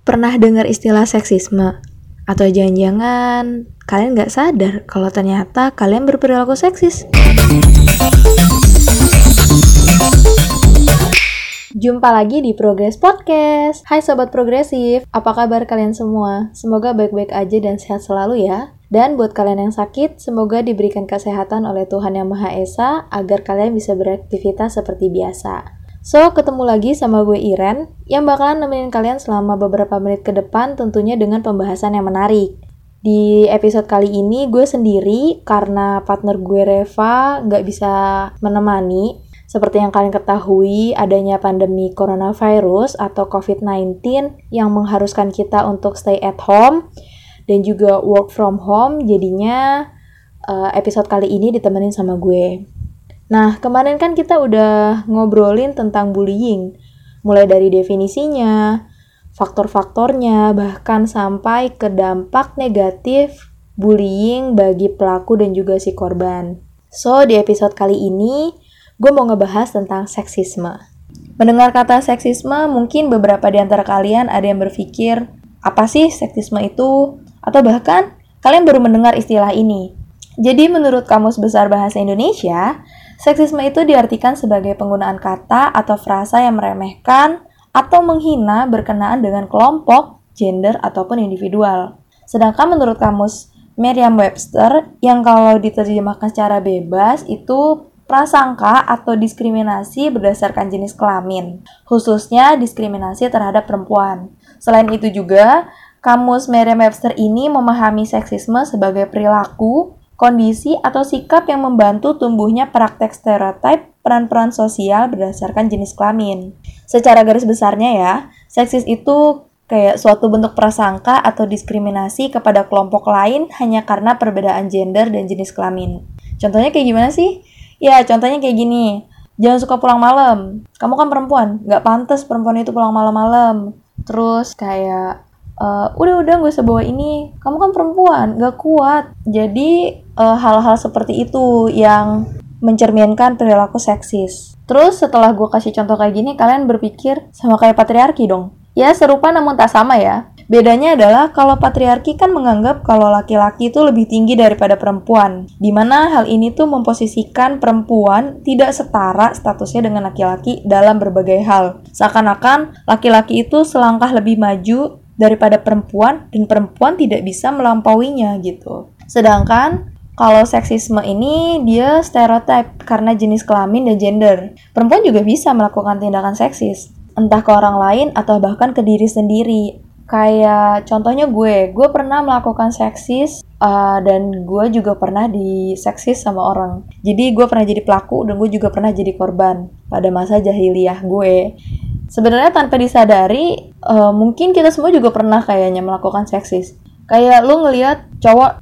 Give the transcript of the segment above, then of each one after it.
Pernah dengar istilah seksisme? Atau jangan-jangan kalian nggak sadar kalau ternyata kalian berperilaku seksis? Jumpa lagi di Progress Podcast. Hai Sobat Progresif, apa kabar kalian semua? Semoga baik-baik aja dan sehat selalu ya. Dan buat kalian yang sakit, semoga diberikan kesehatan oleh Tuhan Yang Maha Esa agar kalian bisa beraktivitas seperti biasa. So, ketemu lagi sama gue Iren, yang bakalan nemenin kalian selama beberapa menit ke depan tentunya dengan pembahasan yang menarik. Di episode kali ini gue sendiri karena partner gue Reva nggak bisa menemani. Seperti yang kalian ketahui, adanya pandemi coronavirus atau COVID-19 yang mengharuskan kita untuk stay at home dan juga work from home, jadinya episode kali ini ditemenin sama gue. Nah, kemarin kan kita udah ngobrolin tentang bullying, mulai dari definisinya, faktor-faktornya, bahkan sampai ke dampak negatif bullying bagi pelaku dan juga si korban. So, di episode kali ini, gue mau ngebahas tentang seksisme. Mendengar kata seksisme, mungkin beberapa di antara kalian ada yang berpikir, apa sih seksisme itu? Atau bahkan, kalian baru mendengar istilah ini. Jadi, menurut Kamus Besar Bahasa Indonesia, seksisme itu diartikan sebagai penggunaan kata atau frasa yang meremehkan atau menghina berkenaan dengan kelompok, gender, ataupun individual. Sedangkan menurut Kamus Merriam-Webster, yang kalau diterjemahkan secara bebas itu prasangka atau diskriminasi berdasarkan jenis kelamin, khususnya diskriminasi terhadap perempuan. Selain itu juga, Kamus Merriam-Webster ini memahami seksisme sebagai perilaku, kondisi atau sikap yang membantu tumbuhnya praktek stereotip peran-peran sosial berdasarkan jenis kelamin. Secara garis besarnya ya, seksis itu kayak suatu bentuk prasangka atau diskriminasi kepada kelompok lain hanya karena perbedaan gender dan jenis kelamin. Contohnya kayak gimana sih? Ya, contohnya kayak gini. Jangan suka pulang malam. Kamu kan perempuan, nggak pantas perempuan itu pulang malam-malam. Terus kayak udah gak usah bawa ini, kamu kan perempuan, gak kuat. Jadi hal-hal seperti itu yang mencerminkan perilaku seksis. Terus setelah gue kasih contoh kayak gini, kalian berpikir sama kayak patriarki dong? Ya serupa namun tak sama ya. Bedanya adalah kalau patriarki kan menganggap kalau laki-laki itu lebih tinggi daripada perempuan, dimana hal ini tuh memposisikan perempuan tidak setara statusnya dengan laki-laki dalam berbagai hal. Seakan-akan laki-laki itu selangkah lebih maju daripada perempuan dan perempuan tidak bisa melampauinya gitu. Sedangkan kalau seksisme ini dia stereotip karena jenis kelamin dan gender. Perempuan juga bisa melakukan tindakan seksis, entah ke orang lain atau bahkan ke diri sendiri. Kayak contohnya gue pernah melakukan seksis dan gue juga pernah diseksis sama orang. Jadi gue pernah jadi pelaku dan gue juga pernah jadi korban pada masa jahiliyah gue. Sebenarnya tanpa disadari, mungkin kita semua juga pernah kayaknya melakukan seksis. Kayak lu ngelihat cowok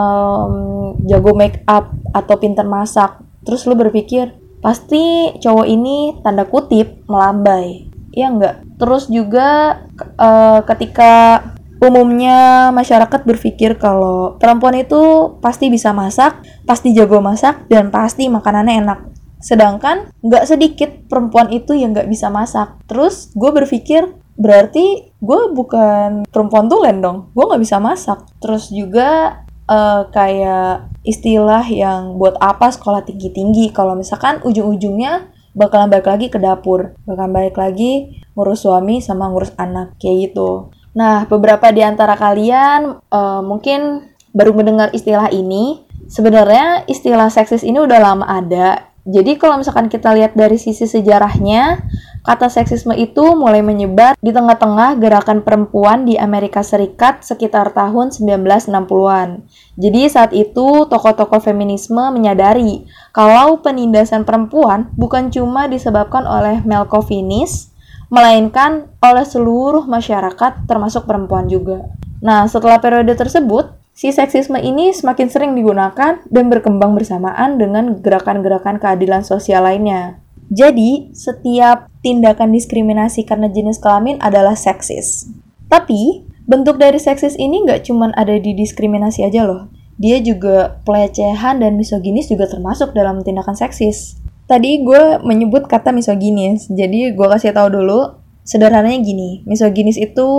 jago make up atau pintar masak, terus lu berpikir, pasti cowok ini tanda kutip melambai. Iya enggak? Terus juga ketika umumnya masyarakat berpikir kalau perempuan itu pasti bisa masak, pasti jago masak, dan pasti makanannya enak. Sedangkan nggak sedikit perempuan itu yang nggak bisa masak. Terus gue berpikir, berarti gue bukan perempuan tulen dong, gue nggak bisa masak. Terus juga kayak istilah yang buat apa sekolah tinggi-tinggi kalau misalkan ujung-ujungnya bakalan balik lagi ke dapur, bakalan balik lagi ngurus suami sama ngurus anak, kayak gitu. Nah, beberapa di antara kalian mungkin baru mendengar istilah ini. Sebenarnya istilah seksis ini udah lama ada. Jadi kalau misalkan kita lihat dari sisi sejarahnya, kata seksisme itu mulai menyebar di tengah-tengah gerakan perempuan di Amerika Serikat sekitar tahun 1960-an. Jadi saat itu tokoh-tokoh feminisme menyadari kalau penindasan perempuan bukan cuma disebabkan oleh male chauvinism, melainkan oleh seluruh masyarakat termasuk perempuan juga. Nah, setelah periode tersebut, si seksisme ini semakin sering digunakan dan berkembang bersamaan dengan gerakan-gerakan keadilan sosial lainnya. Jadi, setiap tindakan diskriminasi karena jenis kelamin adalah seksis. Tapi, bentuk dari seksis ini nggak cuma ada di diskriminasi aja loh. Dia juga pelecehan dan misoginis juga termasuk dalam tindakan seksis. Tadi gue menyebut kata misoginis, jadi gue kasih tahu dulu. Sederhananya gini, misoginis itu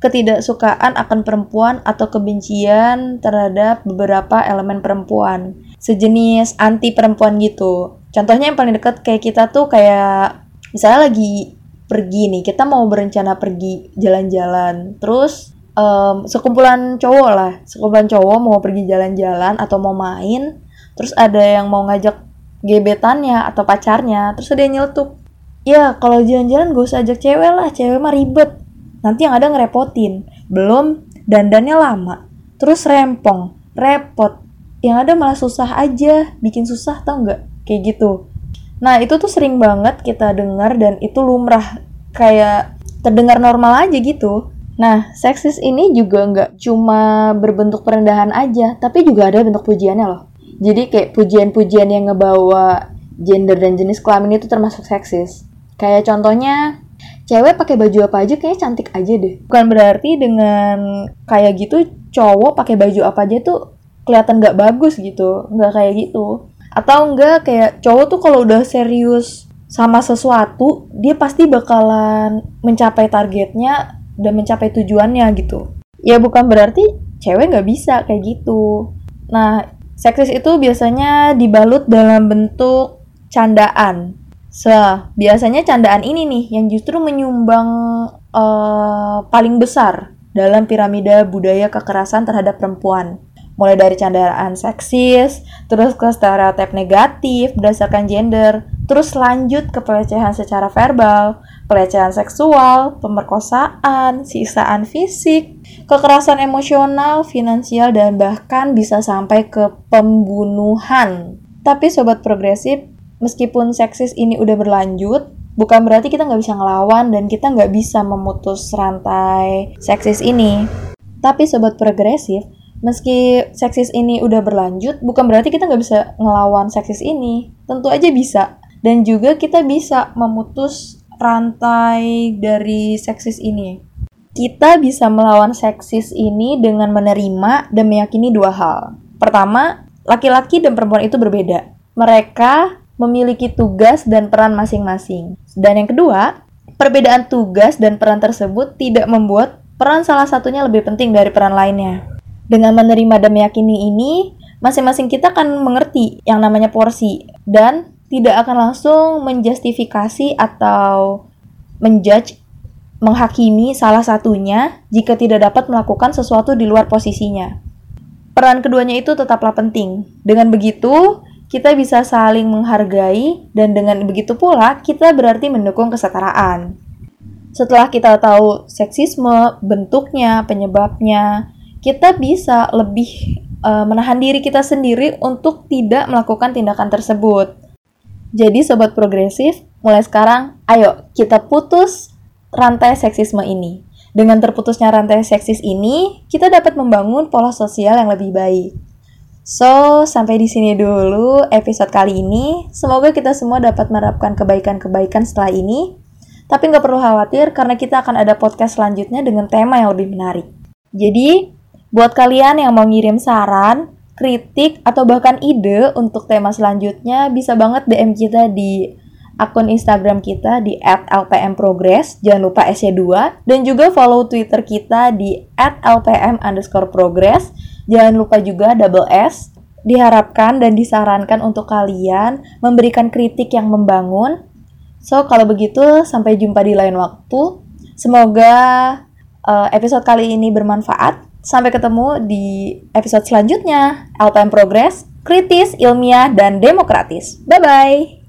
ketidaksukaan akan perempuan atau kebencian terhadap beberapa elemen perempuan, sejenis anti perempuan gitu. Contohnya yang paling dekat kayak kita tuh kayak misalnya lagi pergi nih, kita mau berencana pergi jalan-jalan, terus sekumpulan cowok mau pergi jalan-jalan atau mau main, terus ada yang mau ngajak gebetannya atau pacarnya, terus ada yang nyeletuk, ya kalau jalan-jalan gak usah ajak cewek lah, cewek mah ribet, nanti yang ada ngerepotin, belum dandannya lama, terus rempong, repot, yang ada malah susah aja, bikin susah tau gak, kayak gitu. Nah itu tuh sering banget kita dengar dan itu lumrah, kayak terdengar normal aja gitu. Nah seksis ini juga nggak cuma berbentuk perendahan aja, tapi juga ada bentuk pujiannya loh. Jadi kayak pujian-pujian yang ngebawa gender dan jenis kelamin itu termasuk seksis. Kayak contohnya, cewek pakai baju apa aja kayaknya cantik aja deh. Bukan berarti dengan kayak gitu cowok pakai baju apa aja tuh kelihatan nggak bagus gitu, nggak kayak gitu. Atau enggak kayak cowok tuh kalau udah serius sama sesuatu, dia pasti bakalan mencapai targetnya dan mencapai tujuannya gitu. Ya bukan berarti cewek nggak bisa kayak gitu. Nah, seksis itu biasanya dibalut dalam bentuk candaan. Biasanya candaan ini nih yang justru menyumbang paling besar dalam piramida budaya kekerasan terhadap perempuan. Mulai dari candaan seksis, terus ke stereotip negatif berdasarkan gender, terus lanjut ke pelecehan secara verbal, pelecehan seksual, pemerkosaan, siksaan fisik, kekerasan emosional, finansial, dan bahkan bisa sampai ke pembunuhan. Tapi sobat progresif, meskipun seksis ini udah berlanjut, bukan berarti kita nggak bisa ngelawan dan kita nggak bisa memutus rantai seksis ini. Tapi sobat progresif, meski seksis ini udah berlanjut, bukan berarti kita nggak bisa ngelawan seksis ini. Tentu aja bisa. Dan juga kita bisa memutus rantai dari seksis ini. Kita bisa melawan seksis ini dengan menerima dan meyakini dua hal. Pertama, laki-laki dan perempuan itu berbeda. Mereka memiliki tugas dan peran masing-masing. Dan yang kedua, perbedaan tugas dan peran tersebut tidak membuat peran salah satunya lebih penting dari peran lainnya. Dengan menerima dan meyakini ini, masing-masing kita akan mengerti yang namanya porsi dan tidak akan langsung menjustifikasi atau menjudge, menghakimi salah satunya jika tidak dapat melakukan sesuatu di luar posisinya. Peran keduanya itu tetaplah penting. Dengan begitu, kita bisa saling menghargai dan dengan begitu pula kita berarti mendukung kesetaraan. Setelah kita tahu seksisme, bentuknya, penyebabnya, kita bisa lebih menahan diri kita sendiri untuk tidak melakukan tindakan tersebut. Jadi sobat progresif, mulai sekarang ayo kita putus rantai seksisme ini. Dengan terputusnya rantai seksis ini, kita dapat membangun pola sosial yang lebih baik. So, sampai di sini dulu episode kali ini. Semoga kita semua dapat menerapkan kebaikan-kebaikan setelah ini. Tapi nggak perlu khawatir karena kita akan ada podcast selanjutnya dengan tema yang lebih menarik. Jadi, buat kalian yang mau ngirim saran, kritik, atau bahkan ide untuk tema selanjutnya, bisa banget DM kita di akun Instagram kita di @lpmprogress, jangan lupa S-nya 2, dan juga follow Twitter kita di @lpm_progress, jangan lupa juga double S. Diharapkan dan disarankan untuk kalian memberikan kritik yang membangun. So, kalau begitu, sampai jumpa di lain waktu. Semoga episode kali ini bermanfaat. Sampai ketemu di episode selanjutnya. LPM Progress, kritis, ilmiah, dan demokratis. Bye-bye!